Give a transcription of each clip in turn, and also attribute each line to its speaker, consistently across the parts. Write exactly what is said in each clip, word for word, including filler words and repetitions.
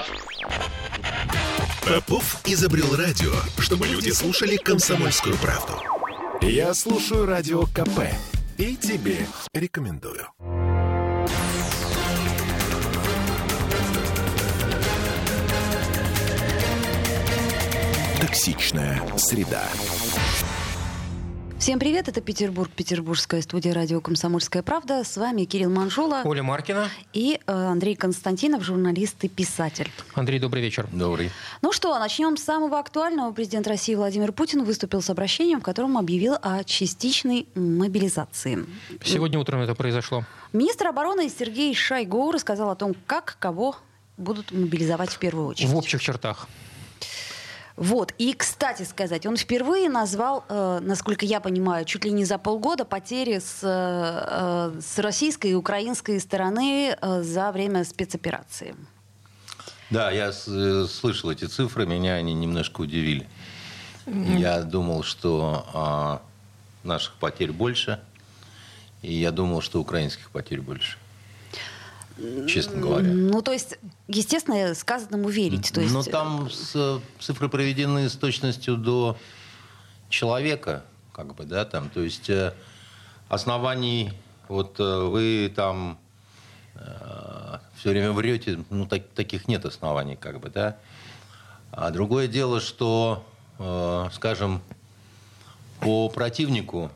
Speaker 1: Попов изобрел радио, чтобы люди слушали комсомольскую правду. Я слушаю Радио КП и тебе рекомендую. Токсичная среда.
Speaker 2: Всем привет, это Петербург, петербургская студия радио «Комсомольская правда». С вами Кирилл Манжула.
Speaker 3: Оля Маркина.
Speaker 2: И э, Андрей Константинов, журналист и писатель.
Speaker 3: Андрей, добрый вечер.
Speaker 4: Добрый.
Speaker 2: Ну что, начнем с самого актуального. Президент России Владимир Путин выступил с обращением, в котором объявил о частичной мобилизации.
Speaker 3: Сегодня утром это произошло.
Speaker 2: Министр обороны Сергей Шойгу рассказал о том, как кого будут мобилизовать в первую очередь.
Speaker 3: В общих чертах.
Speaker 2: Вот. И, кстати сказать, он впервые назвал, э, насколько я понимаю, чуть ли не за полгода потери с, э, с российской и украинской стороны э, за время спецоперации.
Speaker 4: Да, я с, слышал эти цифры, меня они немножко удивили. Mm-hmm. Я думал, что а, наших потерь больше, и я думал, что украинских потерь больше. Честно говоря.
Speaker 2: Ну, то есть, естественно, сказанному верить. То есть...
Speaker 4: Но там с, цифры проведены с точностью до человека, как бы, да, там, то есть э, оснований, вот э, вы там э, все время врете, ну, так, таких нет оснований, как бы, да. А другое дело, что, э, скажем, по противнику,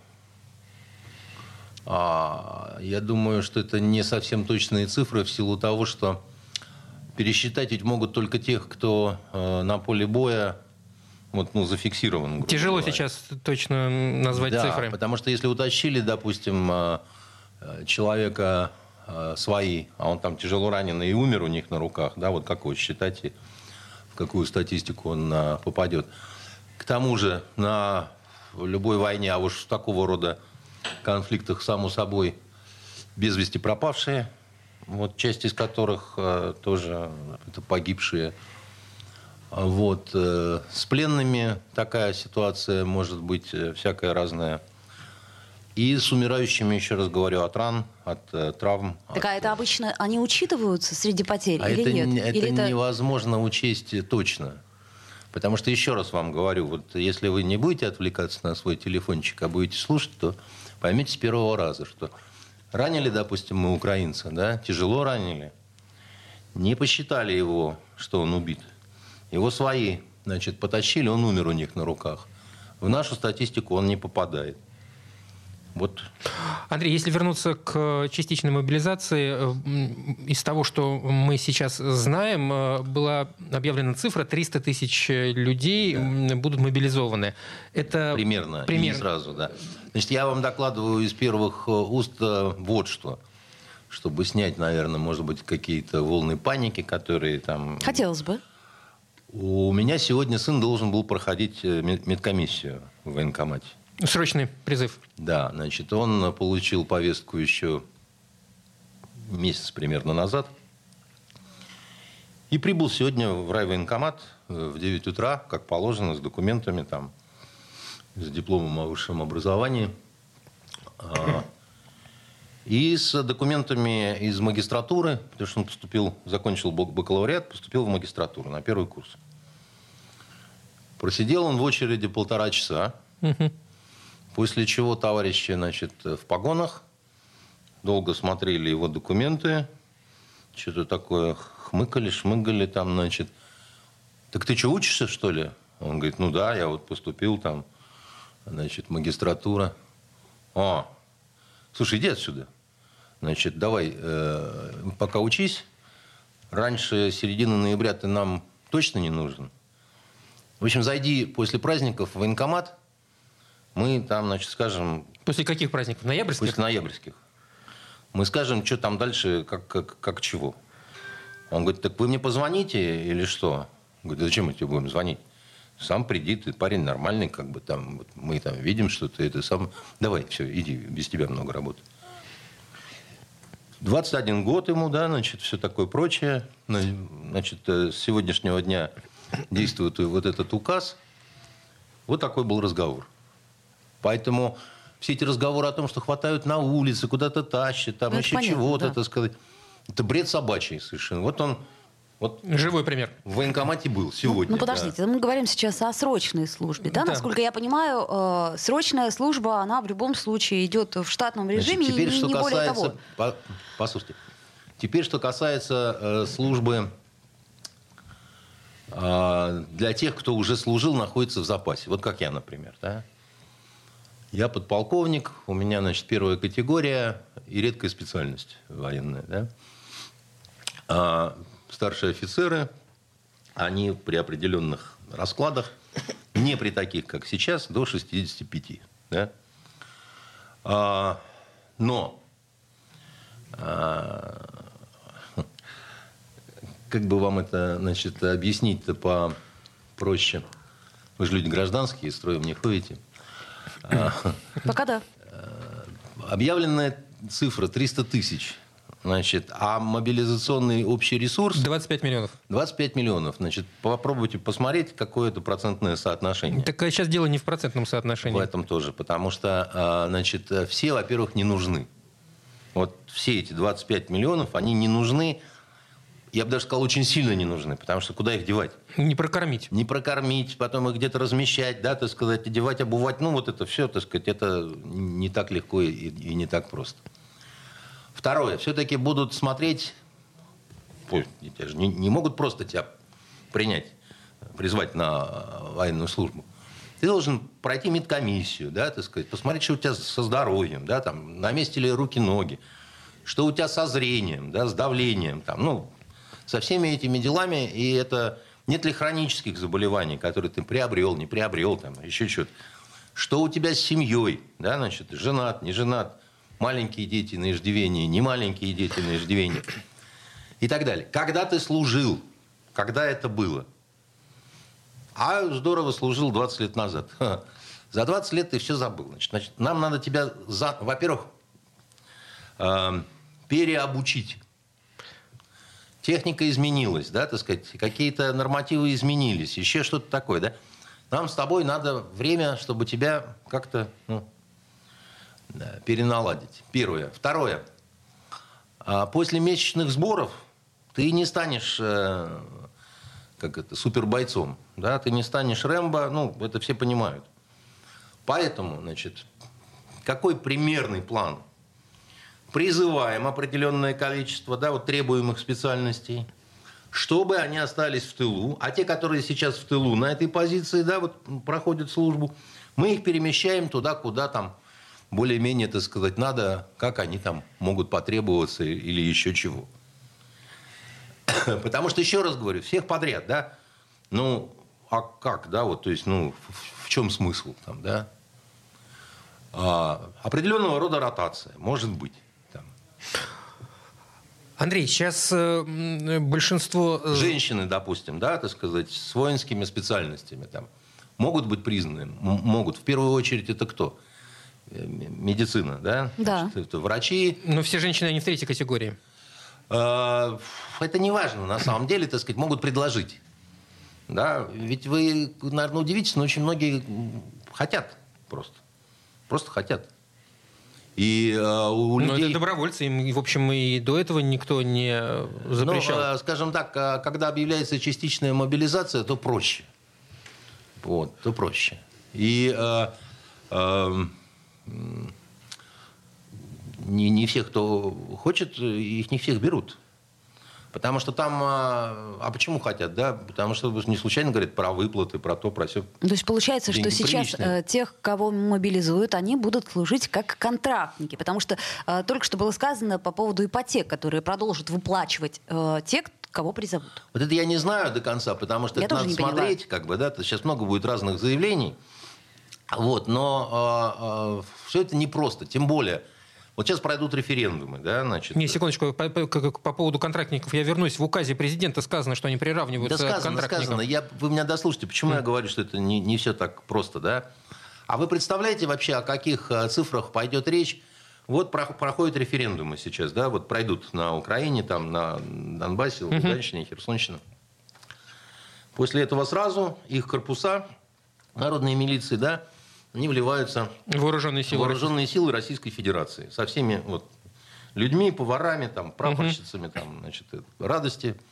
Speaker 4: я думаю, что это не совсем точные цифры в силу того, что пересчитать ведь могут только тех, кто э, на поле боя вот, ну, зафиксирован.
Speaker 3: Тяжело
Speaker 4: говоря.
Speaker 3: Сейчас точно назвать
Speaker 4: да,
Speaker 3: цифры.
Speaker 4: Потому что если утащили, допустим, э, человека э, свои, а он там тяжело раненый и умер у них на руках, да, вот как его считать и в какую статистику он э, попадет. К тому же на любой войне, а уж в такого рода конфликтах, само собой, без вести пропавшие, вот, часть из которых э, тоже это погибшие. Вот, э, с пленными такая ситуация может быть э, всякая разная. И с умирающими, еще раз говорю, от ран, от э, травм.
Speaker 2: Так
Speaker 4: от...
Speaker 2: а это обычно, они учитываются среди потерь
Speaker 4: а
Speaker 2: или
Speaker 4: это,
Speaker 2: нет?
Speaker 4: Это
Speaker 2: или это
Speaker 4: невозможно учесть точно. Потому что, еще раз вам говорю, вот если вы не будете отвлекаться на свой телефончик, а будете слушать, то поймите с первого раза, что ранили, допустим, мы украинца, да, тяжело ранили, не посчитали его, что он убит. Его свои, значит, потащили, он умер у них на руках. В нашу статистику он не попадает. Вот.
Speaker 3: Андрей, если вернуться к частичной мобилизации, из того, что мы сейчас знаем, была объявлена цифра: триста тысяч людей да. будут мобилизованы. Это
Speaker 4: примерно,
Speaker 3: примерно.
Speaker 4: Не сразу, да. Значит, я вам докладываю из первых уст вот что, чтобы снять, наверное, может быть, какие-то волны паники, которые там...
Speaker 2: Хотелось бы.
Speaker 4: У меня сегодня сын должен был проходить медкомиссию в военкомате.
Speaker 3: Срочный призыв.
Speaker 4: Да, значит, он получил повестку еще месяц примерно назад. И прибыл сегодня в райвоенкомат в девять утра, как положено, с документами, там, с дипломом о высшем образовании. И с документами из магистратуры, потому что он поступил, закончил бакалавриат, поступил в магистратуру на первый курс. Просидел он в очереди полтора часа. Угу. После чего товарищи, значит, в погонах долго смотрели его документы, что-то такое хмыкали, шмыгали там, значит. Так ты что, учишься, что ли? Он говорит, ну да, я вот поступил там, значит, магистратура. О, слушай, иди отсюда. Значит, давай, э, пока учись, раньше середины ноября ты нам точно не нужен. В общем, зайди после праздников в военкомат. Мы там, значит, скажем...
Speaker 3: После каких праздников? Ноябрьских?
Speaker 4: После ноябрьских. Мы скажем, что там дальше, как, как, как чего. Он говорит, так вы мне позвоните или что? Говорит, зачем мы тебе будем звонить? Сам приди, ты парень нормальный, как бы там, вот, мы там видим, что ты это сам... Давай, все, иди, без тебя много работы. двадцать один год ему, да, значит, все такое прочее. Значит, с сегодняшнего дня действует вот этот указ. Вот такой был разговор. Поэтому все эти разговоры о том, что хватают на улице, куда-то тащат, там
Speaker 2: ну,
Speaker 4: еще
Speaker 2: понятно,
Speaker 4: чего-то,
Speaker 2: да.
Speaker 4: так сказать, это бред собачий совершенно. Вот он Вот
Speaker 3: живой пример.
Speaker 4: В военкомате был сегодня.
Speaker 2: Ну, подождите, да. Мы говорим сейчас о срочной службе, да?
Speaker 3: Да.
Speaker 2: Насколько я понимаю, э, срочная служба, она в любом случае идет в штатном режиме,
Speaker 4: Значит, теперь,
Speaker 2: и
Speaker 4: что
Speaker 2: не более
Speaker 4: касается,
Speaker 2: того.
Speaker 4: По, послушайте, теперь, что касается э, службы э, для тех, кто уже служил, находится в запасе. Вот как я, например, да? Я подполковник, у меня, значит, первая категория и редкая специальность военная, да? А старшие офицеры, они при определенных раскладах, не при таких, как сейчас, до шестидесяти пяти. Да? А, но, а, как бы вам это, значит, объяснить-то попроще? Вы же люди гражданские, строем не ходите. А,
Speaker 2: Пока да.
Speaker 4: объявленная цифра триста тысяч. Значит, а мобилизационный общий ресурс...
Speaker 3: двадцать пять миллионов.
Speaker 4: двадцать пять миллионов. Значит, попробуйте посмотреть, какое это процентное соотношение.
Speaker 3: Так сейчас дело не в процентном соотношении.
Speaker 4: В этом тоже. Потому что, значит, все, во-первых, не нужны. Вот все эти двадцать пять миллионов, они не нужны. Я бы даже сказал, очень сильно не нужны. Потому что куда их девать?
Speaker 3: Не прокормить.
Speaker 4: Не прокормить, потом их где-то размещать, да, так сказать, одевать, обувать. Ну, вот это все, так сказать, это не так легко и, и не так просто. Второе. Все-таки будут смотреть... Ой, тебя же не, не могут просто тебя принять, призвать на военную службу. Ты должен пройти медкомиссию, да, так сказать, посмотреть, что у тебя со здоровьем, да, там, на месте ли руки-ноги, что у тебя со зрением, да, с давлением, там, ну, со всеми этими делами. И это нет ли хронических заболеваний, которые ты приобрел, не приобрел, там, еще что-то. Что у тебя с семьей, да, значит, женат, не женат. Маленькие дети на иждивении, не маленькие дети на иждивении. И так далее. Когда ты служил? Когда это было? А здорово служил двадцать лет назад. Ха. За двадцать лет ты все забыл. Значит, значит, нам надо тебя, за, во-первых, э, переобучить. Техника изменилась, да, так сказать. Какие-то нормативы изменились. Еще что-то такое, да. Нам с тобой надо время, чтобы тебя как-то... Ну, переналадить. Первое. Второе. После месячных сборов ты не станешь как это, супербойцом. Да? Ты не станешь Рэмбо. Ну, это все понимают. Поэтому, значит, какой примерный план? Призываем определенное количество, да, вот, требуемых специальностей, чтобы они остались в тылу. А те, которые сейчас в тылу на этой позиции, да, вот, проходят службу, мы их перемещаем туда, куда там более-менее, так сказать, надо, как они там могут потребоваться или еще чего. Потому что, еще раз говорю, всех подряд, да, ну, а как, да, вот, то есть, ну, в, в чем смысл там, да? А, определенного рода ротация, может быть. Там.
Speaker 3: Андрей, сейчас э, большинство...
Speaker 4: Женщины, допустим, да, так сказать, с воинскими специальностями там, могут быть признаны, м- могут. В первую очередь, это кто? Медицина, да?
Speaker 2: Да.
Speaker 4: Значит, это врачи.
Speaker 3: Но все женщины, они в третьей категории.
Speaker 4: Это не важно, на самом деле, так сказать, могут предложить. Да? Ведь вы, наверное, удивитесь, но очень многие хотят просто. Просто хотят. И у людей...
Speaker 3: Но это добровольцы, им, в общем, и до этого никто не запрещал.
Speaker 4: Ну, скажем так, когда объявляется частичная мобилизация, то проще. Вот, то проще. И... Не, не всех, кто хочет, их не всех берут. Потому что там... А почему хотят, да? Потому что не случайно говорят про выплаты, про то, про все.
Speaker 2: То есть получается, деньги что сейчас э, тех, кого мобилизуют, они будут служить как контрактники. Потому что э, только что было сказано по поводу ипотек, которые продолжат выплачивать э, те, кого призовут.
Speaker 4: Вот это я не знаю до конца, потому что
Speaker 2: я
Speaker 4: это надо смотреть, как бы, да, сейчас много будет разных заявлений. Вот, но э, э, все это непросто. Тем более, вот сейчас пройдут референдумы, да, значит...
Speaker 3: Не, секундочку, по, по, по поводу контрактников я вернусь. В указе президента сказано, что они приравниваются
Speaker 4: да сказано,
Speaker 3: к контрактникам.
Speaker 4: Сказано. Я, вы меня дослушайте. Почему mm. я говорю, что это не, не все так просто, да? А вы представляете вообще, о каких цифрах пойдет речь? Вот про, проходят референдумы сейчас, да, вот пройдут на Украине, там, на Донбассе, Луганщине, mm-hmm. Херсонщине. После этого сразу их корпуса, народные милиции, да, они вливаются
Speaker 3: вооруженные силы,
Speaker 4: вооруженные силы Российской Федерации со всеми вот людьми, поварами, там, прапорщицами, там, значит, радости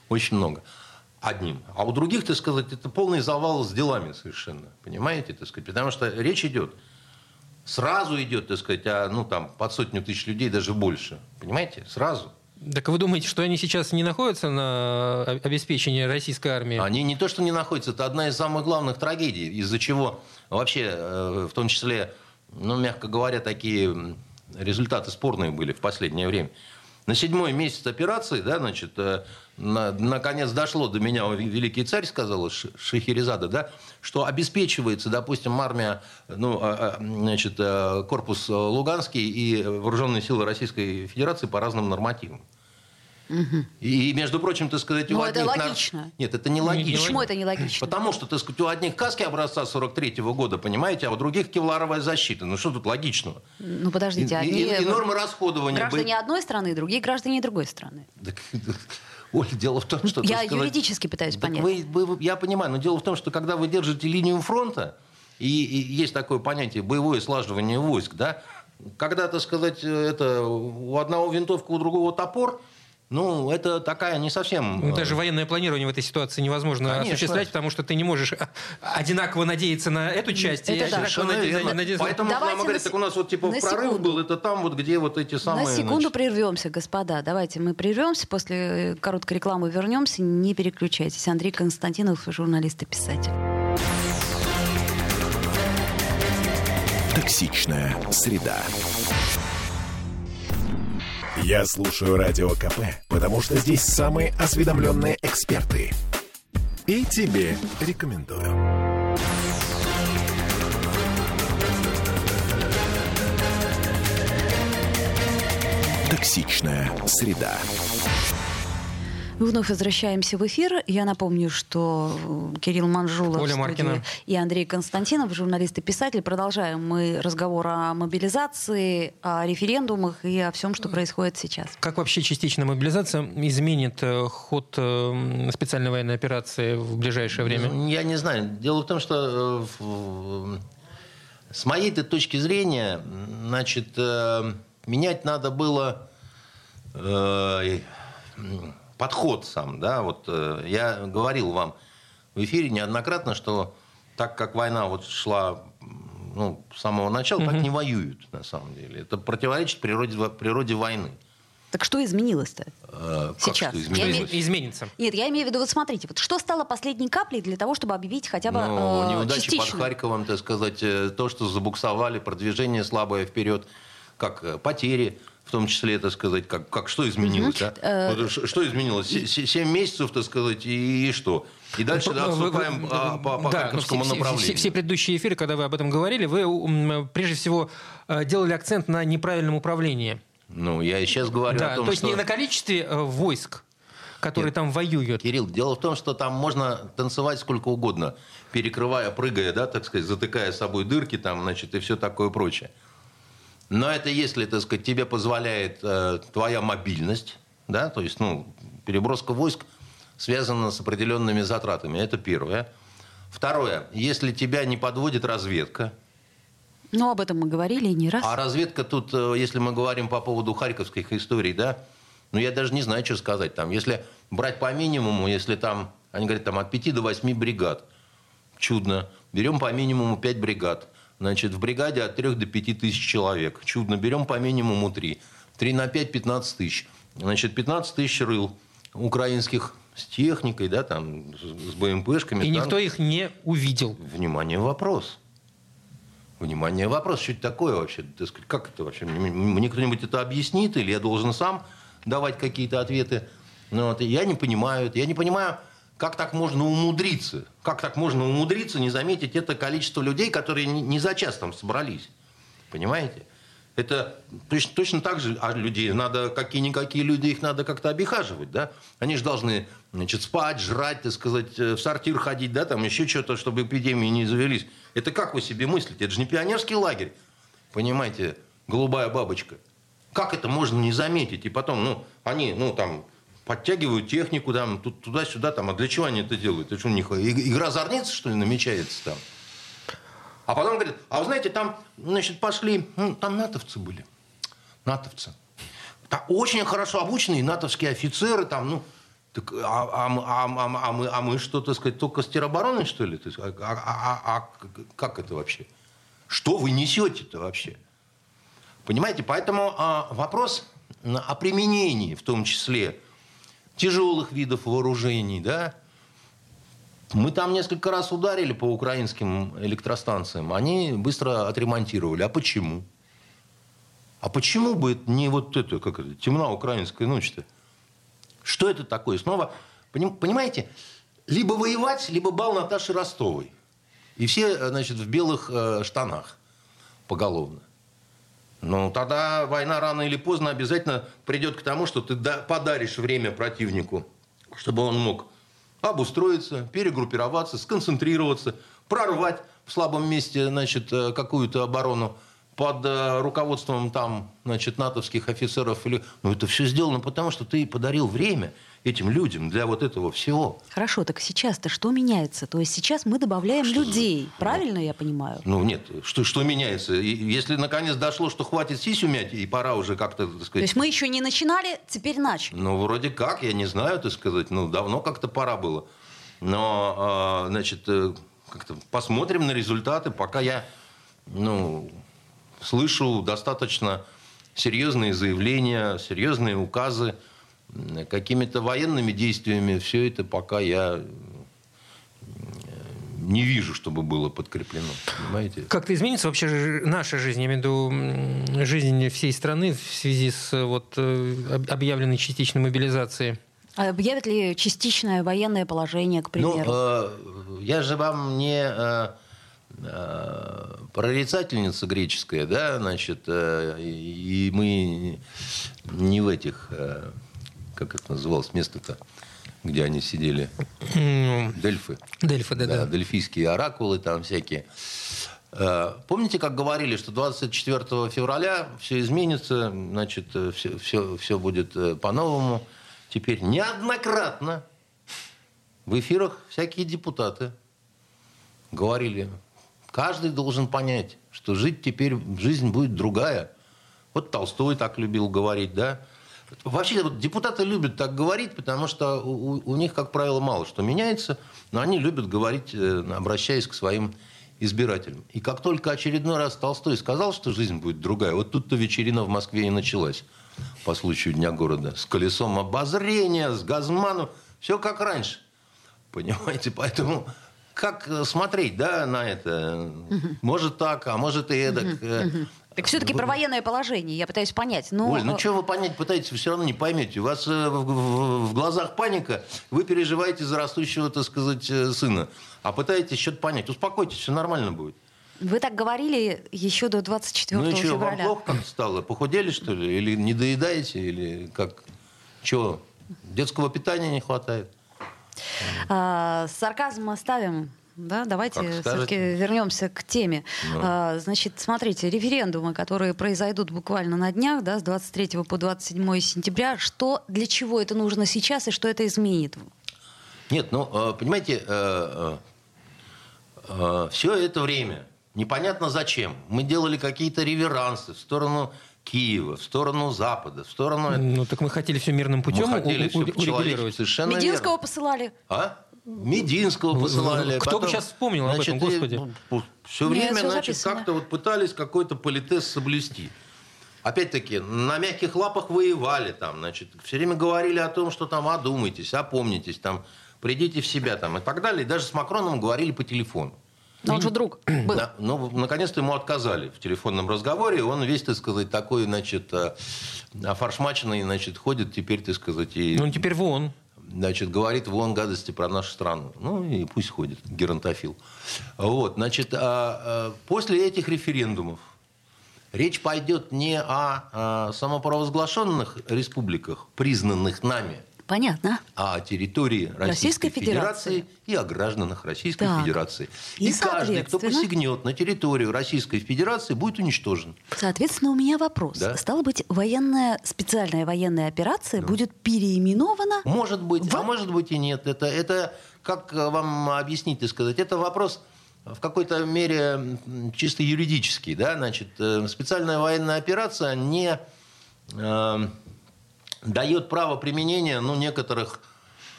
Speaker 4: Очень много. Одним. А у других, так сказать, это полный завал с делами совершенно. Понимаете, так сказать? Потому что речь идет, сразу идет, так сказать, о, ну, там, под сотню тысяч людей, даже больше. Понимаете? Сразу.
Speaker 3: Так вы думаете, что они сейчас не находятся на обеспечении российской армии?
Speaker 4: Они не то, что не находятся, это одна из самых главных трагедий, из-за чего вообще, в том числе, ну, мягко говоря, такие результаты спорные были в последнее время. На седьмой месяц операции, да, значит, на, наконец дошло до меня, великий царь сказал, Шахерезада, да, что обеспечивается, допустим, армия, ну, значит, корпус Луганский и вооруженные силы Российской Федерации по разным нормативам. Угу. И, между прочим, так сказать, у
Speaker 2: Но
Speaker 4: одних...
Speaker 2: это логично.
Speaker 4: Нет, это не логично.
Speaker 2: Почему это не логично?
Speaker 4: Потому что, так сказать, у одних каски образца сорок третьего года, понимаете, а у других кевларовая защита. Ну что тут логичного?
Speaker 2: Ну подождите,
Speaker 4: и,
Speaker 2: одни...
Speaker 4: И, и нормы расходования...
Speaker 2: Граждане одной страны, другие граждане другой страны.
Speaker 4: Так, Оль, дело в том, что...
Speaker 2: Я
Speaker 4: сказать,
Speaker 2: юридически пытаюсь понять.
Speaker 4: Вы, вы, я понимаю, но дело в том, что когда вы держите линию фронта, и, и есть такое понятие боевое слаживание войск, да, когда, так сказать, это, у одного винтовка, у другого топор, ну, это такая не совсем...
Speaker 3: Ну, даже военное планирование в этой ситуации невозможно Конечно. осуществлять, потому что ты не можешь одинаково надеяться на эту часть.
Speaker 2: Это
Speaker 3: и
Speaker 2: да.
Speaker 3: одинаково надеяться...
Speaker 4: надеяться... Поэтому нам говорят, так у нас вот типа прорыв секунду. был, это там вот, где вот эти самые...
Speaker 2: На секунду значит... прервемся, господа. Давайте мы прервемся, после короткой рекламы вернемся. Не переключайтесь. Андрей Константинов, журналист и писатель.
Speaker 1: Токсичная среда. Я слушаю Радио КП, потому что здесь самые осведомленные эксперты. И тебе рекомендую. Токсичная среда.
Speaker 2: Вновь возвращаемся в эфир. Я напомню, что Кирилл Манжулов
Speaker 3: Оля Маркина
Speaker 2: и Андрей Константинов, журналист и писатель. Продолжаем мы разговор о мобилизации, о референдумах и о всем, что происходит сейчас.
Speaker 3: Как вообще частичная мобилизация изменит ход специальной военной операции в ближайшее время?
Speaker 4: Я не знаю. Дело в том, что с моей-то точки зрения, значит, менять надо было... подход сам, да, вот э, я говорил вам в эфире неоднократно, что так как война вот шла, ну, с самого начала, mm-hmm. так не воюют на самом деле. Это противоречит природе, природе войны.
Speaker 2: Так что изменилось-то
Speaker 4: э,
Speaker 2: сейчас?
Speaker 4: Что изменилось?
Speaker 2: Я
Speaker 3: имею... Изменится.
Speaker 2: Нет, я имею в виду, вот смотрите, вот что стало последней каплей для того, чтобы объявить хотя бы
Speaker 4: ну,
Speaker 2: э,
Speaker 4: неудачи
Speaker 2: частично?
Speaker 4: под Харьковом, так сказать, то, что забуксовали, продвижение слабое вперед, как потери. В том числе, так сказать, как, как что изменилось, uh-huh. да? Вот, что изменилось? Семь месяцев, так сказать, и, и что? И дальше да, отступаем по, по, по да, Харьковскому все, направлению.
Speaker 3: Все, все предыдущие эфиры, когда вы об этом говорили, вы прежде всего делали акцент на неправильном управлении.
Speaker 4: Ну, я и сейчас говорю
Speaker 3: да,
Speaker 4: о том,
Speaker 3: то есть
Speaker 4: что...
Speaker 3: не на количестве войск, которые Нет, там воюют.
Speaker 4: Кирилл, дело в том, что там можно танцевать сколько угодно, перекрывая, прыгая, да, так сказать, затыкая с собой дырки, там, значит, и все такое прочее. Но это если, так сказать, тебе позволяет э, твоя мобильность, да, то есть, ну, переброска войск связана с определенными затратами. Это первое. Второе, если тебя не подводит разведка.
Speaker 2: Ну, об этом мы говорили и не раз.
Speaker 4: А разведка тут, э, если мы говорим по поводу харьковских историй, да, ну, я даже не знаю, что сказать там. Если брать по минимуму, если там, они говорят, там от пяти до восьми бригад, чудно. Берем по минимуму пять бригад. Значит, в бригаде от трех до пяти тысяч человек. Чудно. Берем по минимуму три. три на пять – пятнадцать тысяч. Значит, пятнадцать тысяч рыл украинских с техникой, да, там, с БМПшками.
Speaker 3: И
Speaker 4: танк.
Speaker 3: Никто их не увидел.
Speaker 4: Внимание, вопрос. Внимание, вопрос. Что это такое вообще? Как это вообще? Мне кто-нибудь это объяснит? Или я должен сам давать какие-то ответы? Ну, вот, я не понимаю. Я не понимаю... Как так можно умудриться? Как так можно умудриться не заметить это количество людей, которые не за час там собрались? Понимаете? Это точно, точно так же, а людей надо, какие-никакие люди, их надо как-то обихаживать, да? Они же должны, значит, спать, жрать, так сказать, в сортир ходить, да, там еще что-то, чтобы эпидемии не завелись. Это как вы себе мыслите? Это же не пионерский лагерь, понимаете, голубая бабочка. Как это можно не заметить? И потом, ну, они, ну, там... подтягивают технику там, туда-сюда. Там. А для чего они это делают? Это что, у них игра зорницы, что ли, намечается там? А потом говорят, а вы знаете, там, значит, пошли... Ну, там натовцы были. Натовцы. Там очень хорошо обученные натовские офицеры. Там, ну, Так, а, а, а, а, а, мы, а мы что, так сказать, только с теробороной, что ли? А, а, а, а как это вообще? Что вы несете-то вообще? Понимаете, поэтому а, вопрос о применении, в том числе, тяжелых видов вооружений, да, мы там несколько раз ударили по украинским электростанциям, они быстро отремонтировали. А почему? А почему бы это не вот это, как это, темна украинская ночь-то? Что это такое? Снова, понимаете, либо воевать, либо бал Наташи Ростовой. И все, значит, в белых э, штанах поголовно. Ну, тогда война рано или поздно обязательно придет к тому, что ты подаришь время противнику, чтобы он мог обустроиться, перегруппироваться, сконцентрироваться, прорвать в слабом месте, значит, какую-то оборону под руководством там, значит, натовских офицеров. Ну, это все сделано потому, что ты подарил время этим людям для вот этого всего.
Speaker 2: Хорошо, так сейчас-то что меняется? То есть сейчас мы добавляем что людей, за... правильно ну, я понимаю?
Speaker 4: Ну, нет, что, что меняется? Если наконец дошло, что хватит сисю мять, и пора уже как-то, так сказать...
Speaker 2: То есть мы еще не начинали, теперь начали?
Speaker 4: Ну, вроде как, я не знаю, так сказать, ну, давно как-то пора было. Но, значит, как-то посмотрим на результаты, пока я, ну, слышу достаточно серьезные заявления, серьезные указы. Какими-то военными действиями все это пока я не вижу, чтобы было подкреплено. Понимаете?
Speaker 3: Как-то изменится вообще наша жизнь, я имею в виду жизнь всей страны в связи с вот, объявленной частичной мобилизацией?
Speaker 2: А объявят ли частичное военное положение, к примеру?
Speaker 4: Ну, э, я же вам не э, э, прорицательница греческая, да, значит, э, и мы не в этих... Э, как это называлось место-то, где они сидели? Дельфы.
Speaker 3: Дельфы, да, да.
Speaker 4: Да, дельфийские оракулы там всякие. Помните, как говорили, что двадцать четвёртого февраля все изменится, значит, все, все, все будет по-новому. Теперь неоднократно в эфирах всякие депутаты говорили, каждый должен понять, что жить теперь, жизнь будет другая. Вот Толстой так любил говорить, да? Вообще вот, депутаты любят так говорить, потому что у, у них, как правило, мало что меняется, но они любят говорить, обращаясь к своим избирателям. И как только очередной раз Толстой сказал, что жизнь будет другая, вот тут-то вечерина в Москве и началась по случаю Дня города. С колесом обозрения, с Газманом, все как раньше. Понимаете, поэтому как смотреть, да, на это? Может так, а может и эдак.
Speaker 2: Так все-таки вы... про военное положение я пытаюсь понять. Но...
Speaker 4: Оль, ну что вы понять пытаетесь, вы все равно не поймете. У вас э, в, в, в глазах паника, вы переживаете за растущего, так сказать, сына. А пытаетесь что-то понять. Успокойтесь, все нормально будет.
Speaker 2: Вы так говорили еще до двадцать четвёртого
Speaker 4: февраля. Ну и что,
Speaker 2: февраля.
Speaker 4: вам плохо как-то стало? Похудели, что ли? Или не доедаете? Или как? Чего? Детского питания не хватает?
Speaker 2: А, сарказм оставим. Да, давайте все-таки вернемся к теме. Ну. А, значит, смотрите, референдумы, которые произойдут буквально на днях, да, с двадцать третьего по двадцать седьмое сентября, что, для чего это нужно сейчас и что это изменит?
Speaker 4: Нет, ну, понимаете, все это время непонятно зачем. Мы делали какие-то реверансы в сторону Киева, в сторону Запада, в сторону...
Speaker 3: Ну, так мы хотели все мирным путем
Speaker 4: мы хотели все
Speaker 3: урегулировать.
Speaker 4: Совершенно
Speaker 2: Мединского
Speaker 4: верно.
Speaker 2: посылали.
Speaker 4: А? Мединского посылали.
Speaker 3: Кто бы сейчас вспомнил об этом, господи?
Speaker 4: Все время, значит, как-то вот пытались какой-то политез соблюсти. Опять-таки, на мягких лапах воевали там, значит, все время говорили о том, что там одумайтесь, опомнитесь, там, придите в себя там и так далее. И даже с Макроном говорили по телефону.
Speaker 2: Но он же друг был.
Speaker 4: Да, ну, наконец-то ему отказали в телефонном разговоре. Он весь, так сказать, такой, значит, офаршмаченный, значит, ходит теперь, так сказать, и...
Speaker 3: Ну, теперь вон.
Speaker 4: Значит, говорит вон гадости про нашу страну. Ну, и пусть ходит, геронтофил. Вот, значит, после этих референдумов речь пойдет не о самопровозглашенных республиках, признанных нами,
Speaker 2: понятно,
Speaker 4: а о территории Российской, Российской Федерации, Федерации и о гражданах Российской так. Федерации. И, и каждый, кто посягнет на территорию Российской Федерации, будет уничтожен.
Speaker 2: Соответственно, у меня вопрос. Да? Стало быть, военная, специальная военная операция да. будет переименована?
Speaker 4: Может быть, в... а может быть и нет. Это, это как вам объяснить и сказать? Это вопрос в какой-то мере чисто юридический. Да? Значит, специальная военная операция не... Э, дает право применения, ну, некоторых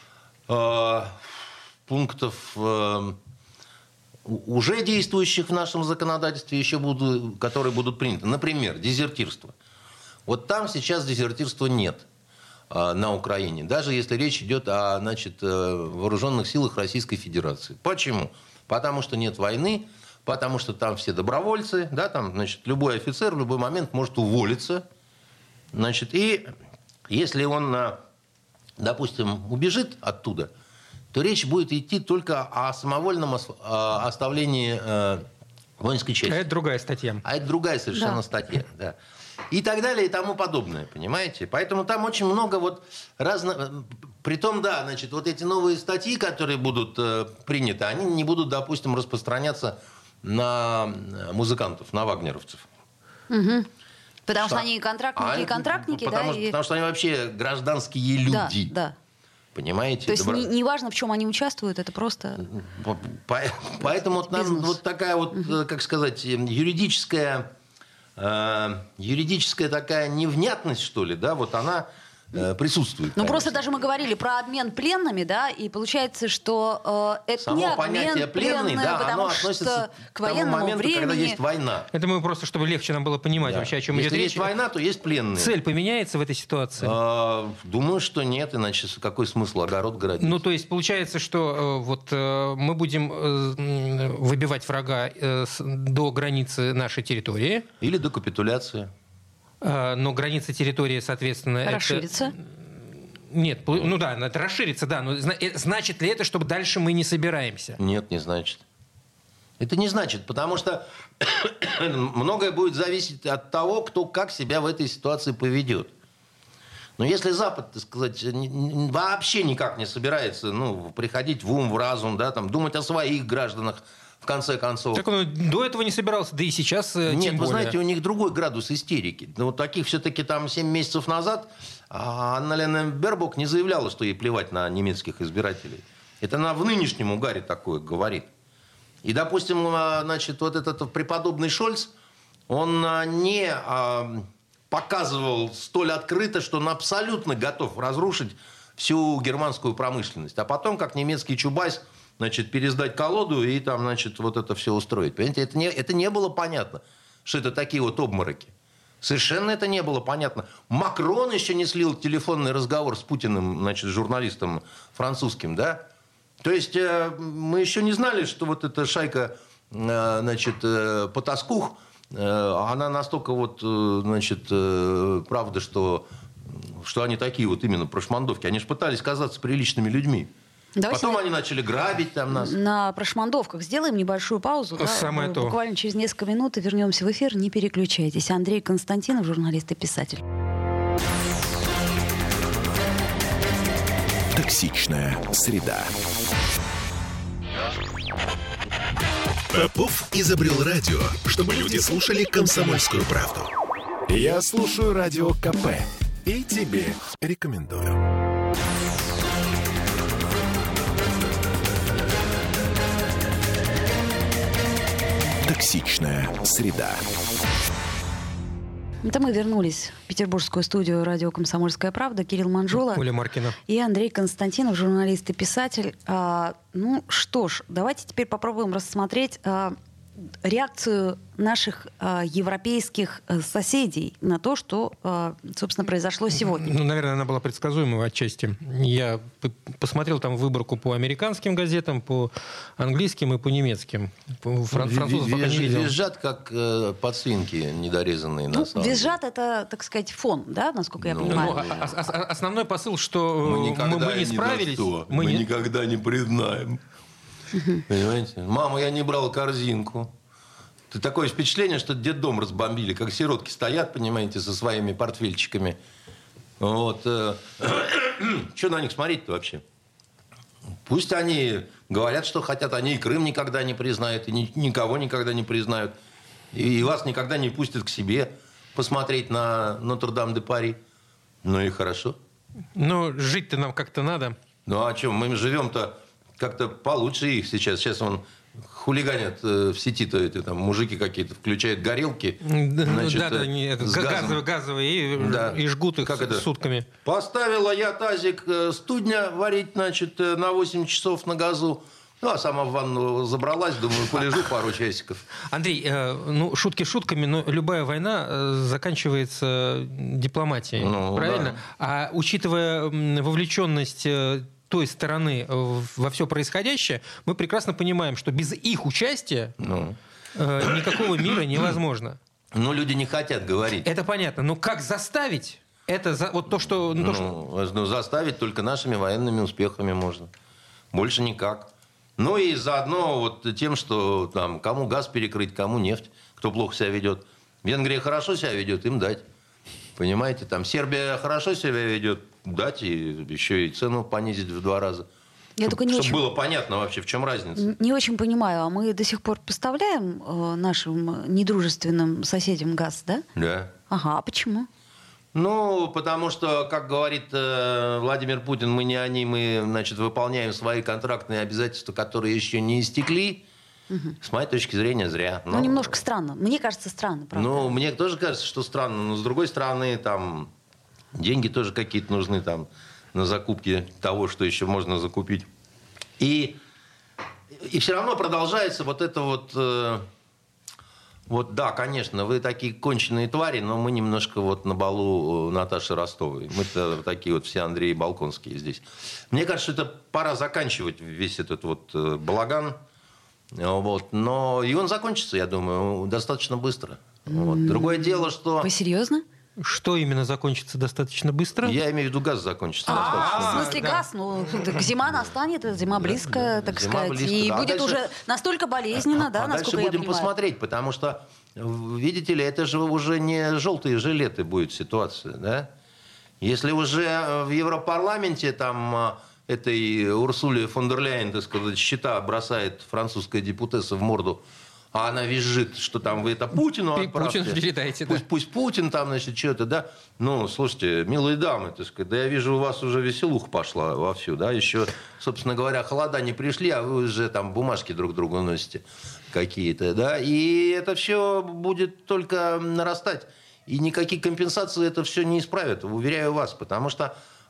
Speaker 4: э, пунктов, э, уже действующих в нашем законодательстве, еще будут, которые будут приняты. Например, дезертирство. Вот там сейчас дезертирства нет э, на Украине, даже если речь идет о, значит, э, вооруженных силах Российской Федерации. Почему? Потому что нет войны, потому что там все добровольцы, да, там, значит, любой офицер в любой момент может уволиться. Значит, и если он, допустим, убежит оттуда, то речь будет идти только о самовольном оставлении э, воинской части.
Speaker 3: А это другая статья.
Speaker 4: А это другая совершенно
Speaker 2: да.
Speaker 4: статья, да. И так далее, и тому подобное, понимаете? Поэтому там очень много вот разных... Притом, да, значит, вот эти новые статьи, которые будут э, приняты, они не будут, допустим, распространяться на музыкантов, на вагнеровцев.
Speaker 2: Угу. Потому что,
Speaker 4: что
Speaker 2: они и контрактники,
Speaker 4: а,
Speaker 2: и контрактники,
Speaker 4: потому,
Speaker 2: да?
Speaker 4: Что,
Speaker 2: и...
Speaker 4: потому что они вообще гражданские люди.
Speaker 2: Да, да.
Speaker 4: Понимаете?
Speaker 2: То есть
Speaker 4: Добро...
Speaker 2: не, не важно, в чем они участвуют, это просто...
Speaker 4: По, поэтому вот, нам, вот такая вот, угу. как сказать, юридическая, э, юридическая такая невнятность, что ли, да, вот она э, присутствует.
Speaker 2: Ну,
Speaker 4: конечно.
Speaker 2: просто даже мы говорили про обмен пленными, да, и получается, что э, это
Speaker 4: само
Speaker 2: не обмен
Speaker 4: понятие пленный,
Speaker 2: пленных,
Speaker 4: да,
Speaker 2: потому
Speaker 4: оно относится
Speaker 2: к военному
Speaker 4: тому моменту,
Speaker 2: времени.
Speaker 4: когда есть война.
Speaker 3: Это мы просто, чтобы легче нам было понимать
Speaker 4: Да.
Speaker 3: вообще, о чем
Speaker 4: Если
Speaker 3: идет
Speaker 4: есть
Speaker 3: речь.
Speaker 4: война, то есть пленные.
Speaker 3: Цель поменяется в этой ситуации?
Speaker 4: А, думаю, что нет, иначе какой смысл огород городить?
Speaker 3: Ну, то есть получается, что э, вот э, мы будем э, выбивать врага э, с, до границы нашей территории.
Speaker 4: Или до капитуляции.
Speaker 3: Э, но граница территории, соответственно...
Speaker 2: Расширится.
Speaker 3: Это... Нет, ну да, это расширится, да. Но значит ли это, что дальше мы не собираемся?
Speaker 4: Нет, не значит. Это не значит, потому что многое будет зависеть от того, кто как себя в этой ситуации поведет. Но если Запад, так сказать, вообще никак не собирается, ну, приходить в ум, в разум, да, там, думать о своих гражданах, в конце концов.
Speaker 3: Так он до этого не собирался, да и сейчас
Speaker 4: Нет,
Speaker 3: тем
Speaker 4: вы
Speaker 3: более.
Speaker 4: знаете, у них другой градус истерики. Ну, вот таких все-таки там семь месяцев назад Анна-Лена Бербок не заявляла, что ей плевать на немецких избирателей. Это она в нынешнем угаре такое говорит. И, допустим, значит, вот этот преподобный Шольц, он не показывал столь открыто, что он абсолютно готов разрушить всю германскую промышленность. А потом, как немецкий Чубайс, значит, пересдать колоду и там, значит, вот это все устроить. Понимаете, это не, это не было понятно, что это такие вот обмороки. Совершенно это не было понятно. Макрон еще не слил телефонный разговор с Путиным, значит, журналистом французским, да? То есть э, мы еще не знали, что вот эта шайка, э, значит, э, потаскух, э, она настолько вот, э, значит, э, правда, что, что они такие вот именно прошмандовки. Они же пытались казаться приличными людьми.
Speaker 2: Давайте
Speaker 4: Потом
Speaker 2: на...
Speaker 4: они начали грабить там нас.
Speaker 2: На прошмандовках сделаем небольшую паузу. Да?
Speaker 3: Самое то.
Speaker 2: Буквально через несколько минут и вернемся в эфир. Не переключайтесь. Андрей Константинов, журналист и писатель.
Speaker 1: Токсичная среда. Попов изобрел радио, чтобы люди слушали комсомольскую правду. Я слушаю радио КП и тебе рекомендую. Токсичная среда.
Speaker 2: Это мы вернулись в петербургскую студию радио «Комсомольская правда». Кирилл Манжула.
Speaker 3: Оля Маркина.
Speaker 2: И Андрей Константинов, журналист и писатель. А, ну что ж, давайте теперь попробуем рассмотреть а, реакцию наших а, европейских а, соседей на то, что, а, собственно, произошло сегодня.
Speaker 3: Ну, наверное, она была предсказуема отчасти. Я п- посмотрел там выборку по американским газетам, по английским и по немецким. По фран- французов пока не видел.
Speaker 4: Визжат, как э, подсвинки недорезанные, на
Speaker 2: Ну,
Speaker 4: самом деле.
Speaker 2: визжат — это, так сказать, фон, да, насколько я
Speaker 4: Ну,
Speaker 2: понимаю.
Speaker 3: Ну, а- а- а- основной посыл, что
Speaker 4: Мы
Speaker 3: мы,
Speaker 4: никогда
Speaker 3: мы не
Speaker 4: ни
Speaker 3: справились.
Speaker 4: за что.
Speaker 3: мы
Speaker 4: Мы
Speaker 3: не-
Speaker 4: никогда не признаем. Понимаете? Мама, я не брал корзинку. Ты такое впечатление, что детдом разбомбили, как сиротки стоят, понимаете, со своими портфельчиками. Вот. Что на них смотреть-то вообще? Пусть они говорят, что хотят, они и Крым никогда не признают, и ни- никого никогда не признают, и, и вас никогда не пустят к себе посмотреть на Нотр-Дам-де-Пари. Ну и хорошо.
Speaker 3: Ну, жить-то нам как-то надо.
Speaker 4: Ну а что, мы живем-то как-то получше их сейчас. Сейчас он хулиганят э, в сети-то эти там мужики какие-то, включают горелки. Значит,
Speaker 3: да, да,
Speaker 4: э,
Speaker 3: нет,
Speaker 4: с
Speaker 3: газовые, газовые и,
Speaker 4: да.
Speaker 3: и жгут их
Speaker 4: как это?
Speaker 3: сутками.
Speaker 4: Поставила я тазик э, студня варить, значит, э, на восемь часов на газу. Ну, а сама в ванну забралась, думаю, полежу пару часиков.
Speaker 3: Андрей, э, ну, шутки шутками, но любая война э, заканчивается дипломатией,
Speaker 4: ну,
Speaker 3: правильно?
Speaker 4: Да.
Speaker 3: А учитывая вовлеченность э, той стороны во все происходящее, мы прекрасно понимаем, что без их участия ну. э, никакого мира невозможно.
Speaker 4: Но люди не хотят говорить.
Speaker 3: Это понятно. Но как заставить? Это за, вот то, что... Ну,
Speaker 4: ну,
Speaker 3: то, что...
Speaker 4: ну, заставить только нашими военными успехами можно. Больше никак. Ну и заодно вот тем, что там кому газ перекрыть, кому нефть, кто плохо себя ведет. Венгрия хорошо себя ведет, им дать. Понимаете, там Сербия хорошо себя ведет, дать и еще и цену понизить в два раза.
Speaker 2: Я
Speaker 4: чтобы
Speaker 2: не
Speaker 4: чтобы
Speaker 2: очень...
Speaker 4: было понятно вообще, в чем разница.
Speaker 2: Не очень понимаю, а мы до сих пор поставляем э, нашим недружественным соседям газ, да?
Speaker 4: Да.
Speaker 2: Ага, а почему?
Speaker 4: Ну, потому что, как говорит э, Владимир Путин, мы не они, мы, значит, выполняем свои контрактные обязательства, которые еще не истекли. Угу. С моей точки зрения, зря.
Speaker 2: Но... Ну, немножко странно. Мне кажется, странно, правда.
Speaker 4: Ну, мне тоже кажется, что странно. Но, с другой стороны, там, деньги тоже какие-то нужны там, на закупки того, что еще можно закупить. И, и все равно продолжается вот это вот... Э, вот, да, конечно, вы такие конченые твари, но мы немножко вот на балу Наташи Ростовой. Мы-то такие вот все Андреи Балконские здесь. Мне кажется, что это пора заканчивать весь этот вот балаган. Вот. Но и он закончится, я думаю, достаточно быстро. Вот. Другое дело, что...
Speaker 2: Вы серьезно?
Speaker 3: Что именно закончится достаточно быстро?
Speaker 4: Я имею в виду, газ закончится
Speaker 2: а,
Speaker 4: достаточно
Speaker 2: быстро. В смысле
Speaker 3: да.
Speaker 2: газ? Ну, так зима настанет, зима близко, так
Speaker 4: зима
Speaker 2: сказать.
Speaker 4: близко,
Speaker 2: и
Speaker 4: да.
Speaker 2: будет
Speaker 4: а дальше...
Speaker 2: уже настолько болезненно,
Speaker 4: а,
Speaker 2: да,
Speaker 4: а
Speaker 2: насколько
Speaker 4: дальше
Speaker 2: я
Speaker 4: будем
Speaker 2: понимаю.
Speaker 4: посмотреть, потому что, видите ли, это же уже не желтые жилеты будет ситуация, да? Если уже в Европарламенте там этой Урсуле фон дер Ляйен, так сказать, щита бросает французская депутесса в морду, а она визжит, что там вы это Путину отправьте.
Speaker 3: Путину передайте,
Speaker 4: пусть,
Speaker 3: да.
Speaker 4: Пусть Путин там, значит, что-то, да. Ну, слушайте, милые дамы, так сказать, да я вижу, у вас уже веселуха пошла вовсю, да. Еще, собственно говоря, холода не пришли, а вы уже там бумажки друг другу носите какие-то, да. И это все будет только нарастать. И никакие компенсации это все не исправят, уверяю вас, потому что